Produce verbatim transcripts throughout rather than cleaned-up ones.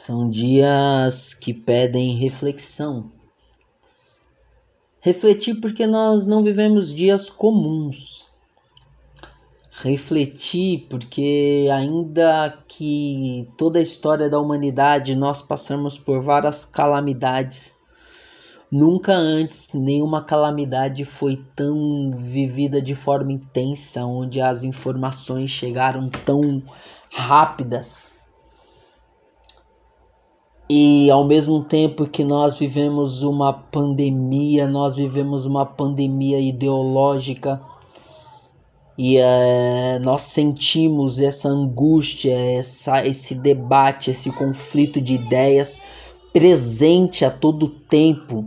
São dias que pedem reflexão. Refletir porque nós não vivemos dias comuns. Refletir porque ainda que toda a história da humanidade nós passamos por várias calamidades, nunca antes nenhuma calamidade foi tão vivida de forma intensa, onde as informações chegaram tão rápidas. E ao mesmo tempo que nós vivemos uma pandemia, nós vivemos uma pandemia ideológica e é, nós sentimos essa angústia, essa, esse debate, esse conflito de ideias presente a todo tempo.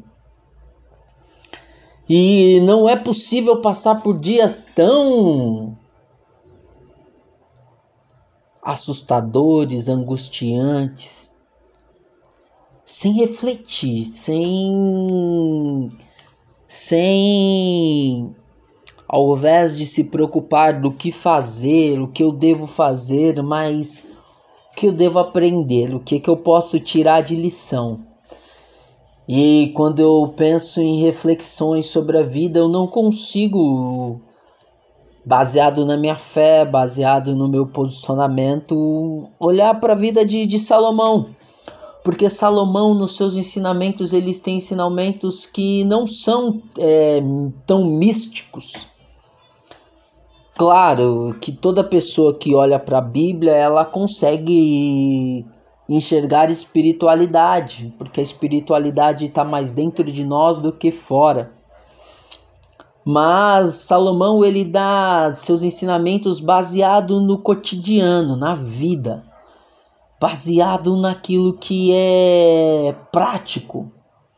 E não é possível passar por dias tão assustadores, angustiantes, sem refletir, sem, sem, ao invés de se preocupar do que fazer, o que eu devo fazer, mas o que eu devo aprender, o que, que eu posso tirar de lição. E quando eu penso em reflexões sobre a vida, eu não consigo, baseado na minha fé, baseado no meu posicionamento, olhar para a vida de, de Salomão. Porque Salomão, nos seus ensinamentos, eles têm ensinamentos que não são é, tão místicos. Claro que toda pessoa que olha para a Bíblia, ela consegue enxergar espiritualidade, porque a espiritualidade está mais dentro de nós do que fora. Mas Salomão, ele dá seus ensinamentos baseado no cotidiano, na vida, baseado naquilo que é prático.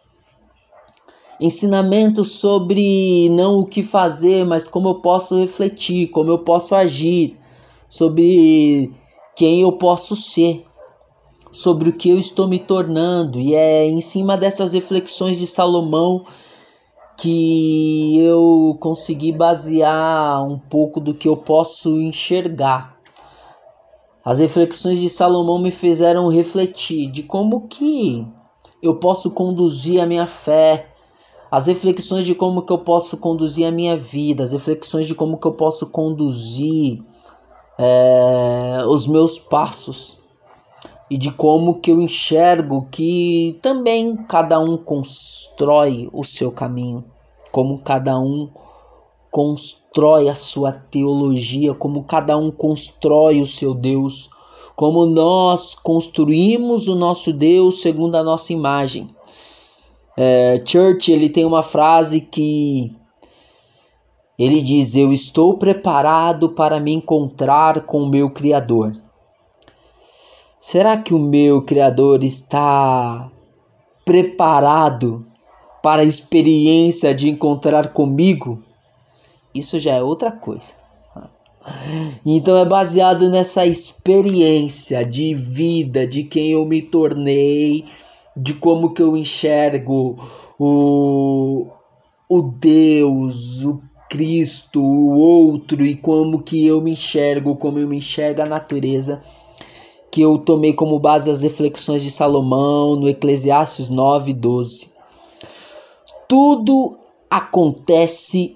Ensinamentos sobre não o que fazer, mas como eu posso refletir, como eu posso agir, sobre quem eu posso ser, sobre o que eu estou me tornando. E é em cima dessas reflexões de Salomão que eu consegui basear um pouco do que eu posso enxergar. As reflexões de Salomão me fizeram refletir de como que eu posso conduzir a minha fé, as reflexões de como que eu posso conduzir a minha vida, as reflexões de como que eu posso conduzir é, os meus passos e de como que eu enxergo que também cada um constrói o seu caminho, como cada um constrói a sua teologia, como cada um constrói o seu Deus, como nós construímos o nosso Deus segundo a nossa imagem. É, Church, ele tem uma frase que ele diz: eu estou preparado para me encontrar com o meu Criador. Será que o meu Criador está preparado para a experiência de encontrar comigo? Isso já é outra coisa. Então é baseado nessa experiência de vida, de quem eu me tornei, de como que eu enxergo o, o Deus, o Cristo, o outro, e como que eu me enxergo, como eu me enxergo a natureza, que eu tomei como base as reflexões de Salomão no Eclesiastes nove, doze. Tudo acontece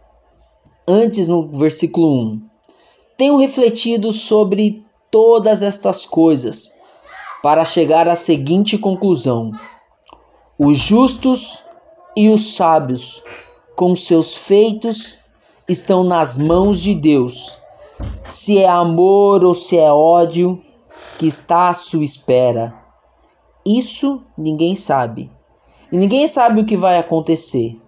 antes no versículo um. Tenho refletido sobre todas estas coisas para chegar à seguinte conclusão: os justos e os sábios, com seus feitos, estão nas mãos de Deus. Se é amor ou se é ódio que está à sua espera, isso ninguém sabe. E ninguém sabe o que vai acontecer.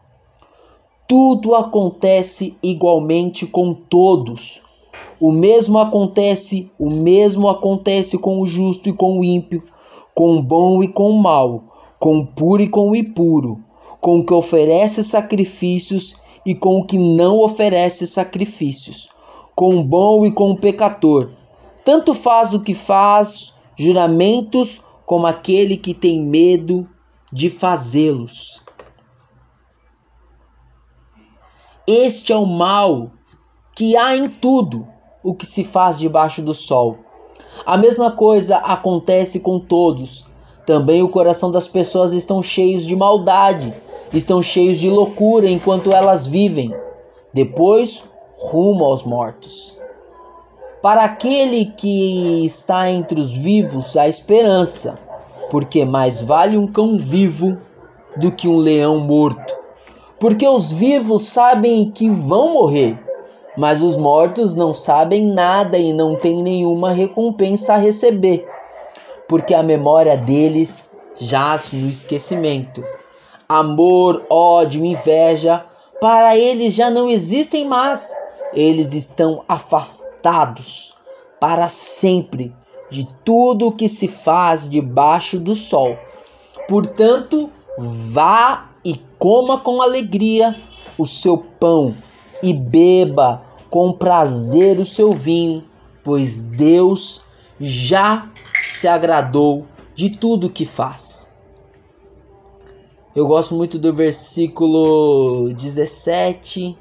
Tudo acontece igualmente com todos. O mesmo acontece, o mesmo acontece com o justo e com o ímpio, com o bom e com o mal, com o puro e com o impuro, com o que oferece sacrifícios e com o que não oferece sacrifícios, com o bom e com o pecador. Tanto faz o que faz juramentos como aquele que tem medo de fazê-los. Este é o mal que há em tudo o que se faz debaixo do sol. A mesma coisa acontece com todos. Também o coração das pessoas estão cheios de maldade, estão cheios de loucura enquanto elas vivem. Depois, rumo aos mortos. Para aquele que está entre os vivos, há esperança, porque mais vale um cão vivo do que um leão morto. Porque os vivos sabem que vão morrer, mas os mortos não sabem nada e não têm nenhuma recompensa a receber, porque a memória deles jaz no esquecimento. Amor, ódio, inveja, para eles já não existem mais. Eles estão afastados para sempre de tudo que se faz debaixo do sol. Portanto, vá e coma com alegria o seu pão e beba com prazer o seu vinho, pois Deus já se agradou de tudo que faz. Eu gosto muito do versículo dezessete.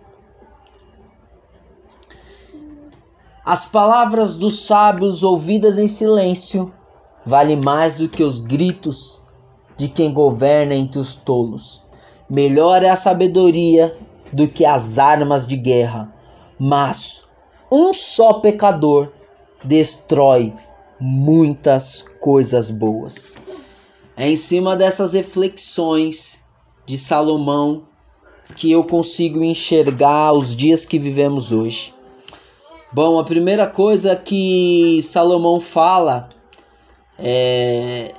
As palavras dos sábios ouvidas em silêncio valem mais do que os gritos de quem governa entre os tolos. Melhor é a sabedoria do que as armas de guerra, mas um só pecador destrói muitas coisas boas. É em cima dessas reflexões de Salomão que eu consigo enxergar os dias que vivemos hoje. Bom, a primeira coisa que Salomão fala é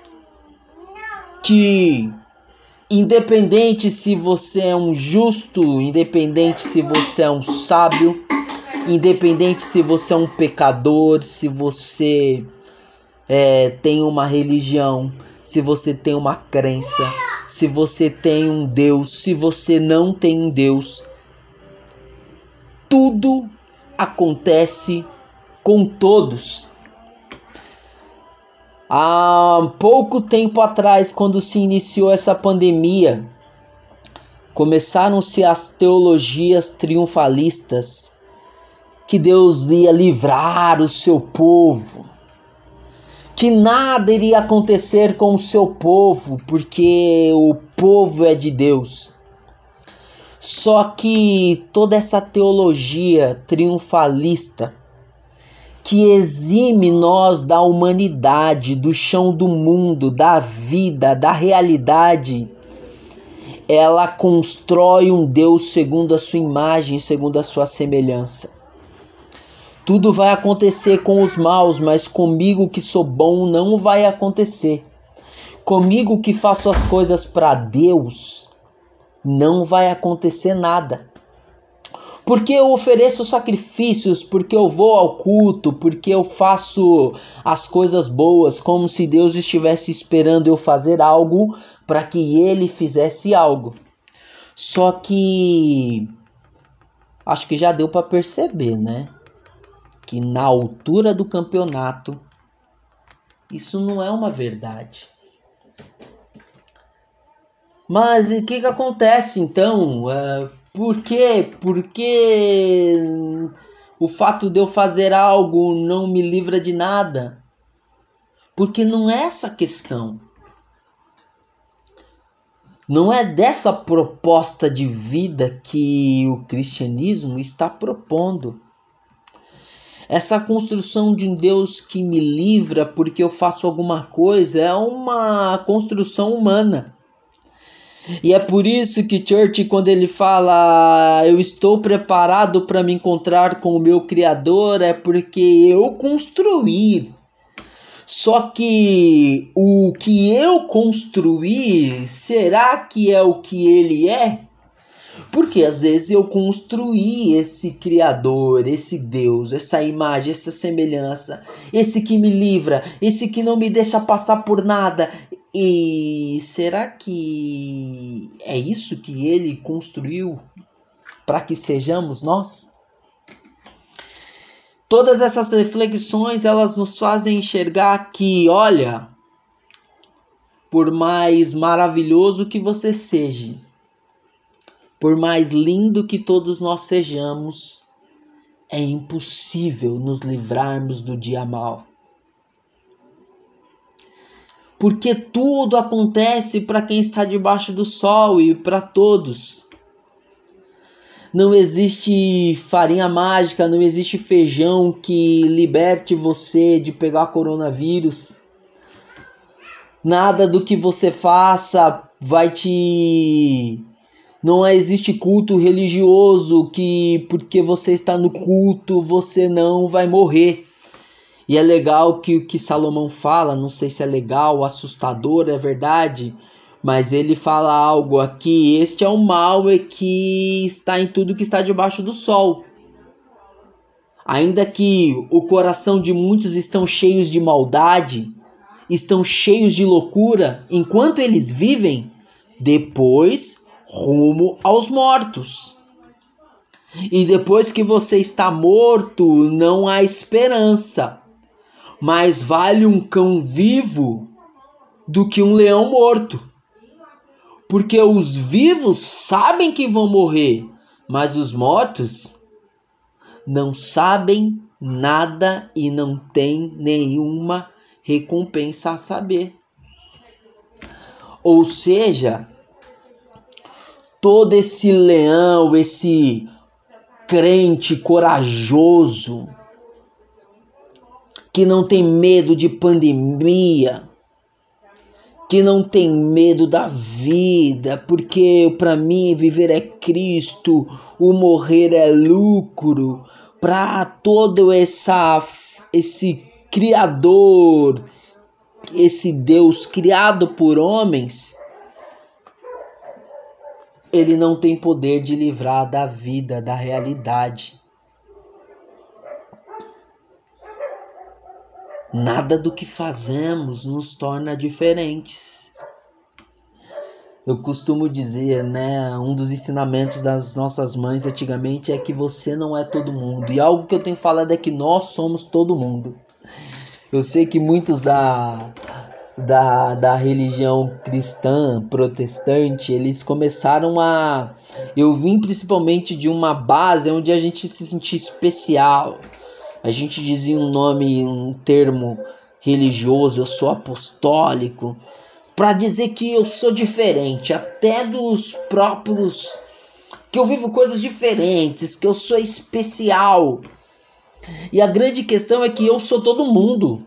que independente se você é um justo, independente se você é um sábio, independente se você é um pecador, se você é, tem uma religião, se você tem uma crença, se você tem um Deus, se você não tem um Deus, tudo acontece com todos. Há pouco tempo atrás, quando se iniciou essa pandemia, começaram-se as teologias triunfalistas, que Deus ia livrar o seu povo, que nada iria acontecer com o seu povo, porque o povo é de Deus. Só que toda essa teologia triunfalista, que exime nós da humanidade, do chão do mundo, da vida, da realidade, ela constrói um Deus segundo a sua imagem, segundo a sua semelhança. Tudo vai acontecer com os maus, mas comigo que sou bom não vai acontecer. Comigo que faço as coisas para Deus, não vai acontecer nada. Porque eu ofereço sacrifícios, porque eu vou ao culto, porque eu faço as coisas boas, como se Deus estivesse esperando eu fazer algo para que Ele fizesse algo. Só que acho que já deu para perceber, né? Que na altura do campeonato isso não é uma verdade. Mas o que que acontece então? Uh, por quê? Porque o fato de eu fazer algo não me livra de nada? Porque não é essa a questão. Não é dessa proposta de vida que o cristianismo está propondo. Essa construção de um Deus que me livra porque eu faço alguma coisa é uma construção humana. E é por isso que Church, quando ele fala eu estou preparado para me encontrar com o meu Criador, é porque eu construí. Só que o que eu construí, será que é o que ele é? Porque às vezes eu construí esse Criador, esse Deus, essa imagem, essa semelhança, esse que me livra, esse que não me deixa passar por nada. E será que é isso que ele construiu para que sejamos nós? Todas essas reflexões, elas nos fazem enxergar que, olha, por mais maravilhoso que você seja, por mais lindo que todos nós sejamos, é impossível nos livrarmos do dia mau. Porque tudo acontece para quem está debaixo do sol e para todos. Não existe farinha mágica, não existe feijão que liberte você de pegar coronavírus. Nada do que você faça vai te... Não existe culto religioso que porque você está no culto você não vai morrer. E é legal que o que Salomão fala, não sei se é legal, assustador, é verdade, mas ele fala algo aqui: este é o mal é que está em tudo que está debaixo do sol. Ainda que o coração de muitos estão cheios de maldade, estão cheios de loucura, enquanto eles vivem, depois rumo aos mortos. E depois que você está morto, não há esperança. Mais vale um cão vivo do que um leão morto. Porque os vivos sabem que vão morrer, mas os mortos não sabem nada e não têm nenhuma recompensa a saber. Ou seja, todo esse leão, esse crente corajoso, que não tem medo de pandemia, que não tem medo da vida, porque para mim viver é Cristo, o morrer é lucro. Para todo essa, esse Criador, esse Deus criado por homens, ele não tem poder de livrar da vida, da realidade. Nada do que fazemos nos torna diferentes. Eu costumo dizer, né, um dos ensinamentos das nossas mães antigamente é que você não é todo mundo. E algo que eu tenho falado é que nós somos todo mundo. Eu sei que muitos da, da, da religião cristã, protestante, eles começaram a... Eu vim principalmente de uma base onde a gente se sentia especial. A gente dizia um nome, um termo religioso, eu sou apostólico, para dizer que eu sou diferente, até dos próprios, que eu vivo coisas diferentes, que eu sou especial. E a grande questão é que eu sou todo mundo.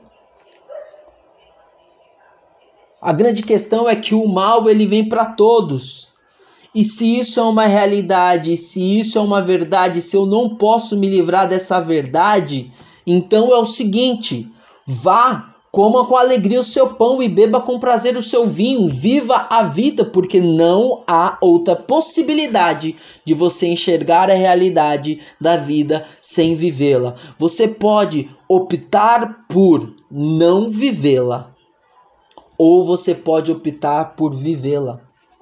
A grande questão é que o mal ele vem para todos. E se isso é uma realidade, se isso é uma verdade, se eu não posso me livrar dessa verdade, então é o seguinte: vá, coma com alegria o seu pão e beba com prazer o seu vinho, viva a vida, porque não há outra possibilidade de você enxergar a realidade da vida sem vivê-la. Você pode optar por não vivê-la, ou você pode optar por vivê-la.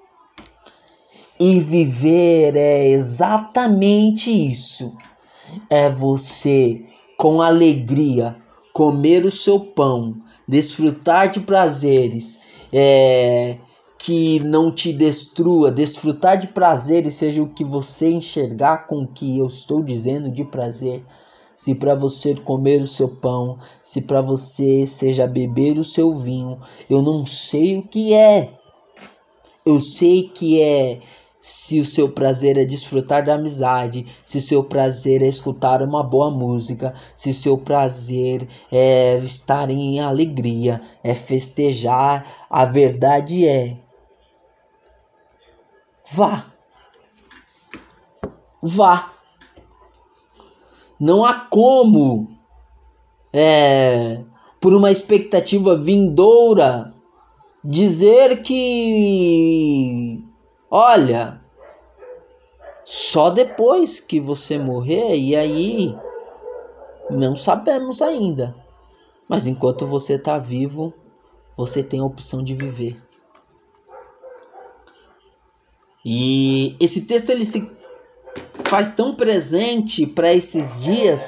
E viver é exatamente isso. É você, com alegria, comer o seu pão, desfrutar de prazeres é, que não te destrua, desfrutar de prazeres, seja o que você enxergar com o que eu estou dizendo de prazer. Se para você comer o seu pão, se para você seja beber o seu vinho, eu não sei o que é. Eu sei que é se o seu prazer é desfrutar da amizade, se o seu prazer é escutar uma boa música, se o seu prazer é estar em alegria, é festejar. A verdade é: vá, vá. Não há como, é, por uma expectativa vindoura, dizer que, olha, só depois que você morrer, e aí não sabemos ainda. Mas enquanto você está vivo, você tem a opção de viver. E esse texto ele se faz tão presente para esses dias,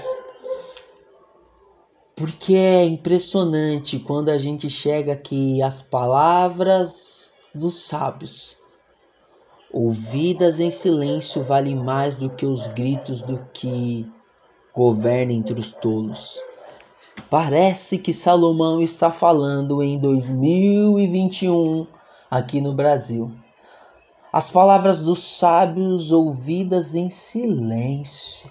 porque é impressionante quando a gente chega que as palavras dos sábios, ouvidas em silêncio, valem mais do que os gritos do que governa entre os tolos. Parece que Salomão está falando em dois mil e vinte e um aqui no Brasil. As palavras dos sábios ouvidas em silêncio,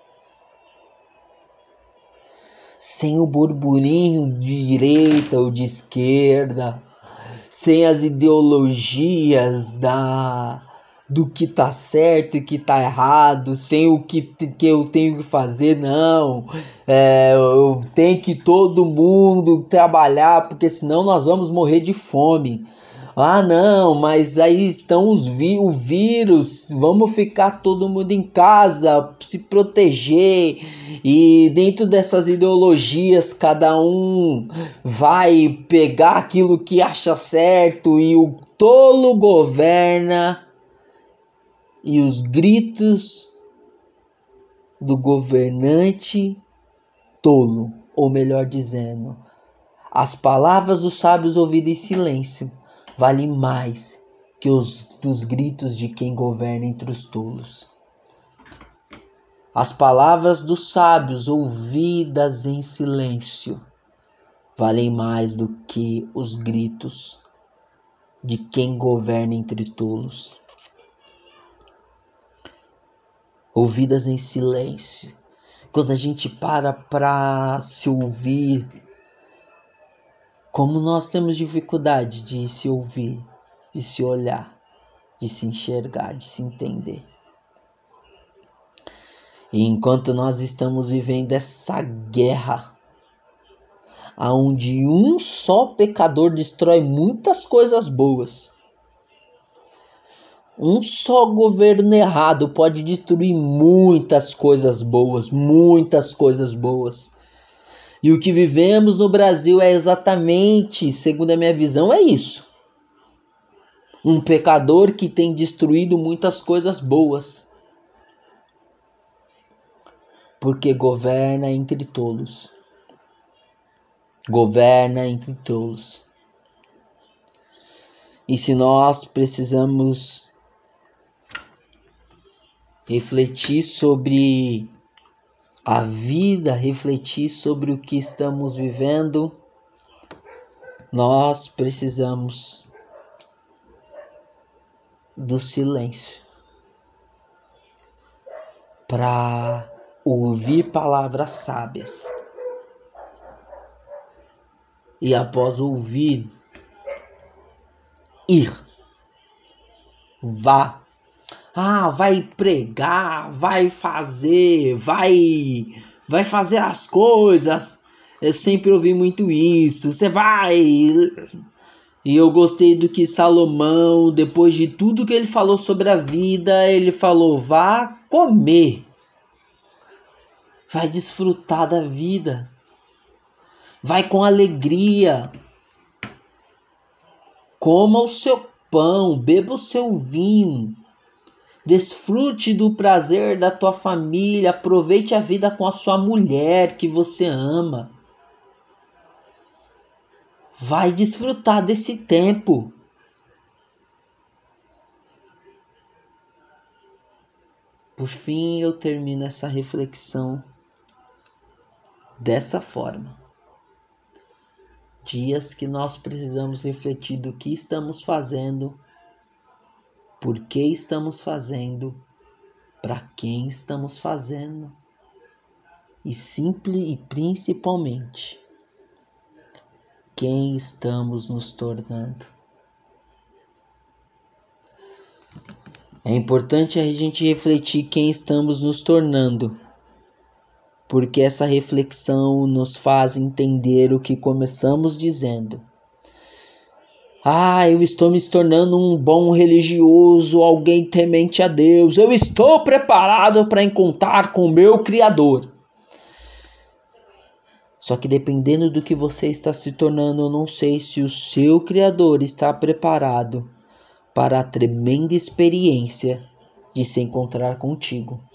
sem o burburinho de direita ou de esquerda, sem as ideologias da do que tá certo e que tá errado, sem o que, que eu tenho que fazer, não. É, eu tenho que todo mundo trabalhar, porque senão nós vamos morrer de fome. Ah, não, mas aí estão os vi- o vírus, vamos ficar todo mundo em casa, se proteger. E dentro dessas ideologias, cada um vai pegar aquilo que acha certo e o tolo governa. E os gritos do governante tolo, ou melhor dizendo, as palavras dos sábios ouvidas em silêncio valem mais que os dos gritos de quem governa entre os tolos. As palavras dos sábios ouvidas em silêncio valem mais do que os gritos de quem governa entre tolos. Ouvidas em silêncio. Quando a gente para para se ouvir, como nós temos dificuldade de se ouvir, de se olhar, de se enxergar, de se entender. E enquanto nós estamos vivendo essa guerra, onde um só pecador destrói muitas coisas boas, um só governo errado pode destruir muitas coisas boas, muitas coisas boas. E o que vivemos no Brasil é exatamente, segundo a minha visão, é isso. Um pecador que tem destruído muitas coisas boas. Porque governa entre tolos. Governa entre tolos. E se nós precisamos refletir sobre a vida, refletir sobre o que estamos vivendo, nós precisamos do silêncio para ouvir palavras sábias. E após ouvir, ir. Vá. Ah, vai pregar, vai fazer, vai, vai fazer as coisas. Eu sempre ouvi muito isso. Você vai. E eu gostei do que Salomão, depois de tudo que ele falou sobre a vida, ele falou: vá comer. Vai desfrutar da vida. Vai com alegria. Coma o seu pão, beba o seu vinho. Desfrute do prazer da tua família, aproveite a vida com a sua mulher que você ama. Vai desfrutar desse tempo. Por fim, eu termino essa reflexão dessa forma. Dias que nós precisamos refletir do que estamos fazendo, por que estamos fazendo, para quem estamos fazendo e simples e principalmente quem estamos nos tornando. É importante a gente refletir quem estamos nos tornando, porque essa reflexão nos faz entender o que começamos dizendo. Ah, eu estou me tornando um bom religioso, alguém temente a Deus. Eu estou preparado para encontrar com o meu Criador. Só que dependendo do que você está se tornando, eu não sei se o seu Criador está preparado para a tremenda experiência de se encontrar contigo.